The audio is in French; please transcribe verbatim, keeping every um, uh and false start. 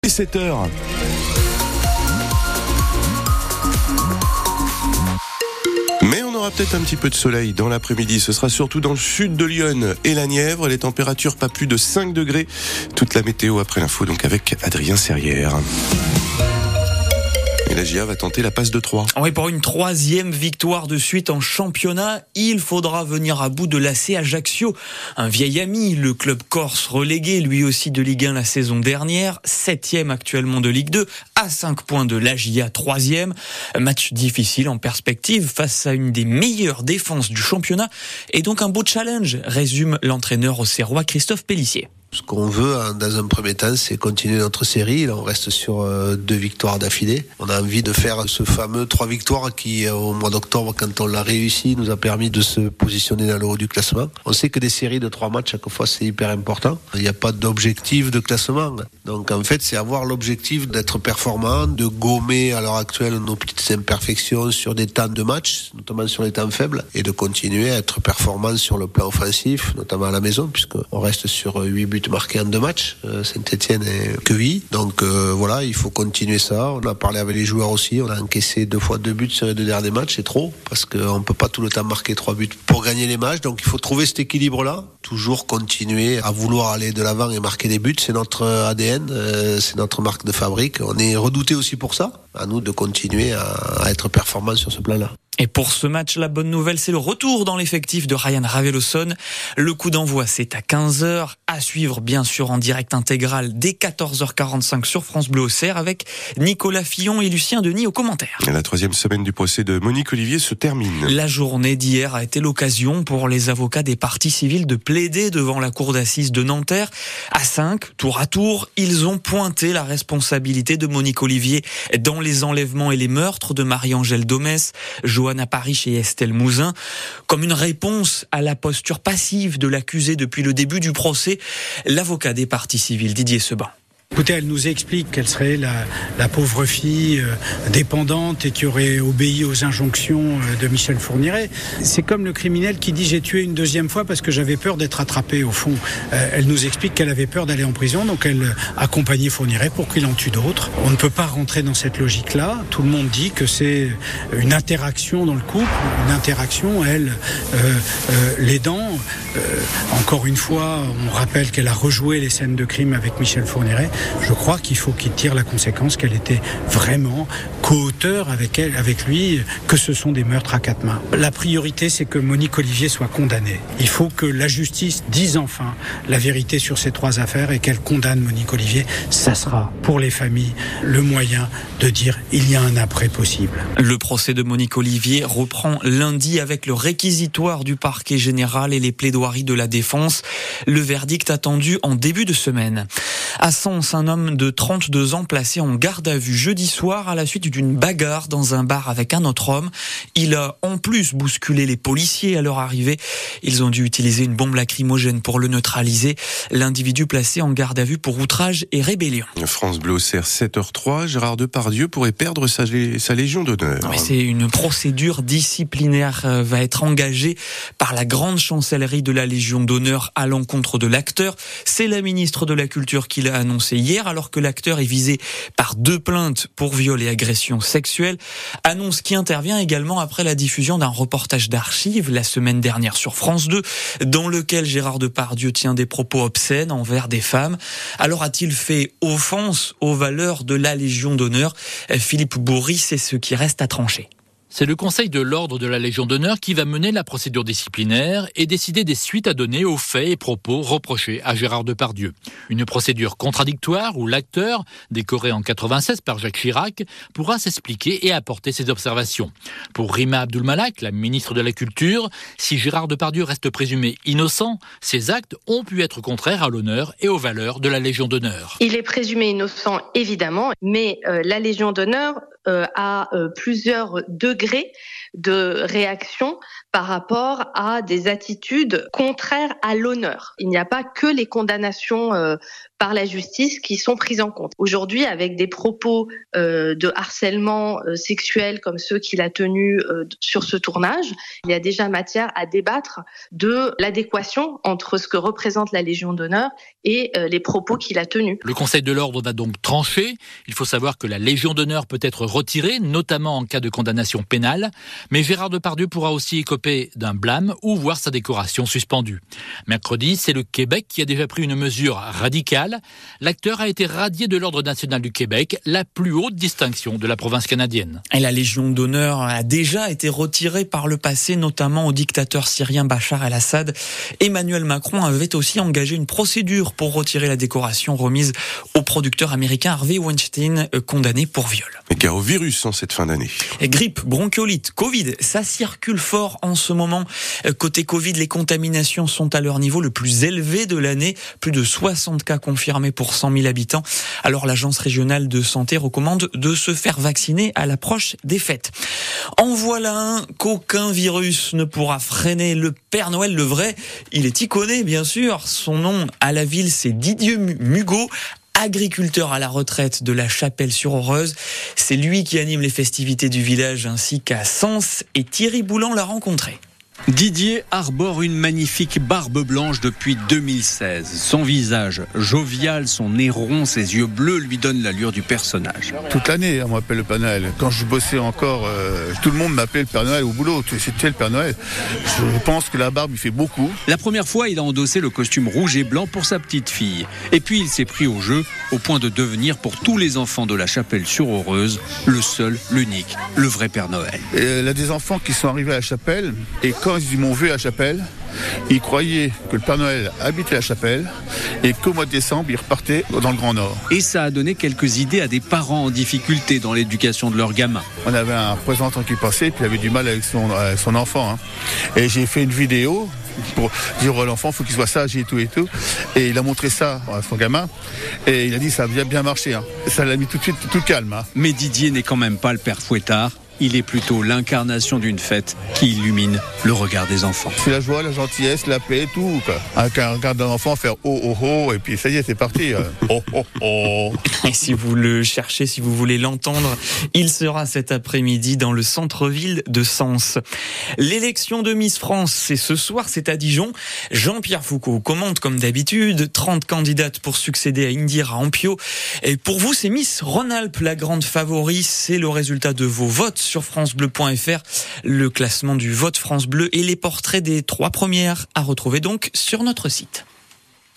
Et sept heures. Mais on aura peut-être un petit peu de soleil dans l'après-midi. Ce sera surtout dans le sud de Lyon et la Nièvre. Les températures pas plus de cinq degrés. Toute la météo après l'info, donc avec Adrien Serrière. Et la J A va tenter la passe de Troyes. Oui, pour une troisième victoire de suite en championnat, il faudra venir à bout de l'A C Ajaccio. Un vieil ami, le club corse relégué, lui aussi de Ligue un la saison dernière, septième actuellement de Ligue deux, à cinq points de l'A J A, troisième. Match difficile en perspective face à une des meilleures défenses du championnat et donc un beau challenge, résume l'entraîneur auxerrois Christophe Pélissier. Ce qu'on veut dans un premier temps, c'est continuer notre série. Là, on reste sur deux victoires d'affilée. On a envie de faire ce fameux trois victoires qui, au mois d'octobre, quand on l'a réussi, nous a permis de se positionner dans le haut du classement. On sait que des séries de trois matchs, chaque fois, c'est hyper important. Il n'y a pas d'objectif de classement. Donc, en fait, c'est avoir l'objectif d'être performant, de gommer à l'heure actuelle nos petites imperfections sur des temps de match, notamment sur les temps faibles, et de continuer à être performant sur le plan offensif, notamment à la maison, puisqu'on reste sur huit buts marqué en deux matchs, Saint-Etienne et Quevilly. Donc euh, voilà, il faut continuer ça. On a parlé avec les joueurs aussi, on a encaissé deux fois deux buts sur les deux derniers matchs, c'est trop, parce qu'on ne peut pas tout le temps marquer trois buts pour gagner les matchs, donc il faut trouver cet équilibre-là, toujours continuer à vouloir aller de l'avant et marquer des buts, c'est notre A D N, euh, c'est notre marque de fabrique, on est redouté aussi pour ça, à nous de continuer à, à être performants sur ce plan-là. Et pour ce match, la bonne nouvelle, c'est le retour dans l'effectif de Ryan Raveloson. Le coup d'envoi, c'est à quinze heures. À suivre, bien sûr, en direct intégral dès quatorze heures quarante-cinq sur France Bleu Auxerre avec Nicolas Fillon et Lucien Denis aux commentaires. La troisième semaine du procès de Monique Olivier se termine. La journée d'hier a été l'occasion pour les avocats des parties civiles de plaider devant la cour d'assises de Nanterre. À cinq, tour à tour, ils ont pointé la responsabilité de Monique Olivier dans les enlèvements et les meurtres de Marie-Angèle Domès, Johanna Parich et Estelle Mouzin, comme une réponse à la posture passive de l'accusé depuis le début du procès. L'avocat des parties civiles, Didier Seban. Écoutez, elle nous explique qu'elle serait la, la pauvre fille euh, dépendante et qui aurait obéi aux injonctions euh, de Michel Fourniret. C'est comme le criminel qui dit « j'ai tué une deuxième fois parce que j'avais peur d'être attrapé ». Au fond, euh, elle nous explique qu'elle avait peur d'aller en prison, donc elle accompagnait Fourniret pour qu'il en tue d'autres. On ne peut pas rentrer dans cette logique-là. Tout le monde dit que c'est une interaction dans le couple, une interaction, elle, euh, euh, l'aidant. Euh, encore une fois, on rappelle qu'elle a rejoué les scènes de crime avec Michel Fourniret. Je crois qu'il faut qu'il tire la conséquence qu'elle était vraiment co-auteur avec elle, avec lui, que ce sont des meurtres à quatre mains. La priorité, c'est que Monique Olivier soit condamnée. Il faut que la justice dise enfin la vérité sur ces trois affaires et qu'elle condamne Monique Olivier. Ça sera, pour les familles, le moyen de dire il y a un après possible. Le procès de Monique Olivier reprend lundi avec le réquisitoire du parquet général et les plaidoiries de la défense. Le verdict attendu en début de semaine. À Sens, un homme de trente-deux ans placé en garde à vue jeudi soir à la suite d'une bagarre dans un bar avec un autre homme. Il a en plus bousculé les policiers à leur arrivée. Ils ont dû utiliser une bombe lacrymogène pour le neutraliser. L'individu placé en garde à vue pour outrage et rébellion. France Bleu Auxerre, sept heures trois, Gérard Depardieu pourrait perdre sa, sa Légion d'honneur. Oui, c'est une procédure disciplinaire euh, va être engagée par la grande chancellerie de la Légion d'honneur à l'encontre de l'acteur. C'est la ministre de la Culture qui l'a annoncé hier, alors que l'acteur est visé par deux plaintes pour viol et agression sexuelle. Annonce qui intervient également après la diffusion d'un reportage d'archives la semaine dernière sur France deux, dans lequel Gérard Depardieu tient des propos obscènes envers des femmes. Alors a-t-il fait offense aux valeurs de la Légion d'honneur ? Philippe Bourri, c'est ce qui reste à trancher. C'est le Conseil de l'Ordre de la Légion d'honneur qui va mener la procédure disciplinaire et décider des suites à donner aux faits et propos reprochés à Gérard Depardieu. Une procédure contradictoire où l'acteur, décoré en quatre-vingt-seize par Jacques Chirac, pourra s'expliquer et apporter ses observations. Pour Rima Abdul-Malak, la ministre de la Culture, si Gérard Depardieu reste présumé innocent, ses actes ont pu être contraires à l'honneur et aux valeurs de la Légion d'honneur. Il est présumé innocent, évidemment, mais euh, la Légion d'honneur euh, a euh, plusieurs degrés de réaction par rapport à des attitudes contraires à l'honneur. Il n'y a pas que les condamnations euh, par la justice qui sont prises en compte. Aujourd'hui, avec des propos euh, de harcèlement euh, sexuel comme ceux qu'il a tenus euh, sur ce tournage, il y a déjà matière à débattre de l'adéquation entre ce que représente la Légion d'honneur et euh, les propos qu'il a tenus. Le Conseil de l'ordre va donc trancher. Il faut savoir que la Légion d'honneur peut être retirée, notamment en cas de condamnation pénale, mais Gérard Depardieu pourra aussi écoper d'un blâme ou voir sa décoration suspendue. Mercredi, c'est le Québec qui a déjà pris une mesure radicale. L'acteur a été radié de l'Ordre national du Québec, la plus haute distinction de la province canadienne. Et la Légion d'honneur a déjà été retirée par le passé, notamment au dictateur syrien Bachar el-Assad. Emmanuel Macron avait aussi engagé une procédure pour retirer la décoration remise au producteur américain Harvey Weinstein, condamné pour viol. Et gare au virus en cette fin d'année. Et grippe, bronchiolite, Covid, ça circule fort en ce moment. Côté Covid, les contaminations sont à leur niveau le plus élevé de l'année. Plus de soixante cas confirmés pour cent mille habitants. Alors l'agence régionale de santé recommande de se faire vacciner à l'approche des fêtes. En voilà un qu'aucun virus ne pourra freiner, le Père Noël, le vrai. Il est iconé, bien sûr. Son nom à la ville, c'est Didier Mugot, agriculteur à la retraite de la Chapelle-sur-Aureuse. C'est lui qui anime les festivités du village ainsi qu'à Sens, et Thierry Boulan l'a rencontré. Didier arbore une magnifique barbe blanche depuis deux mille seize. Son visage jovial, son nez rond, ses yeux bleus lui donnent l'allure du personnage. Toute l'année, on m'appelle le Père Noël. Quand je bossais encore, euh, tout le monde m'appelait le Père Noël au boulot. C'était le Père Noël. Je pense que la barbe, il fait beaucoup. La première fois, il a endossé le costume rouge et blanc pour sa petite fille. Et puis, il s'est pris au jeu, au point de devenir, pour tous les enfants de la Chapelle-sur-Aureuse, le seul, l'unique, le vrai Père Noël. Et il y a des enfants qui sont arrivés à la Chapelle, et quand ils m'ont vu à la Chapelle, ils croyaient que le Père Noël habitait la Chapelle et qu'au mois de décembre, il repartait dans le Grand Nord. Et ça a donné quelques idées à des parents en difficulté dans l'éducation de leurs gamins. On avait un représentant qui passait, puis il avait du mal avec son, euh, son enfant. Hein. Et j'ai fait une vidéo pour dire à l'enfant, il faut qu'il soit sage et tout et tout. Et il a montré ça à son gamin. Et il a dit, ça a bien, bien marché. Hein. Ça l'a mis tout de suite tout calme. Hein. Mais Didier n'est quand même pas le Père Fouettard. Il est plutôt l'incarnation d'une fête qui illumine le regard des enfants. C'est la joie, la gentillesse, la paix, tout. Quoi. Avec un regard d'un enfant faire oh oh oh, et puis ça y est, c'est parti. Oh oh oh. Et si vous le cherchez, si vous voulez l'entendre, il sera cet après-midi dans le centre-ville de Sens. L'élection de Miss France, c'est ce soir, c'est à Dijon. Jean-Pierre Foucault commente comme d'habitude, trente candidates pour succéder à Indira Ampio. Et pour vous, c'est Miss Rhône-Alpes, la grande favorite. C'est le résultat de vos votes sur francebleu point f r, le classement du vote France Bleu et les portraits des trois premières à retrouver donc sur notre site.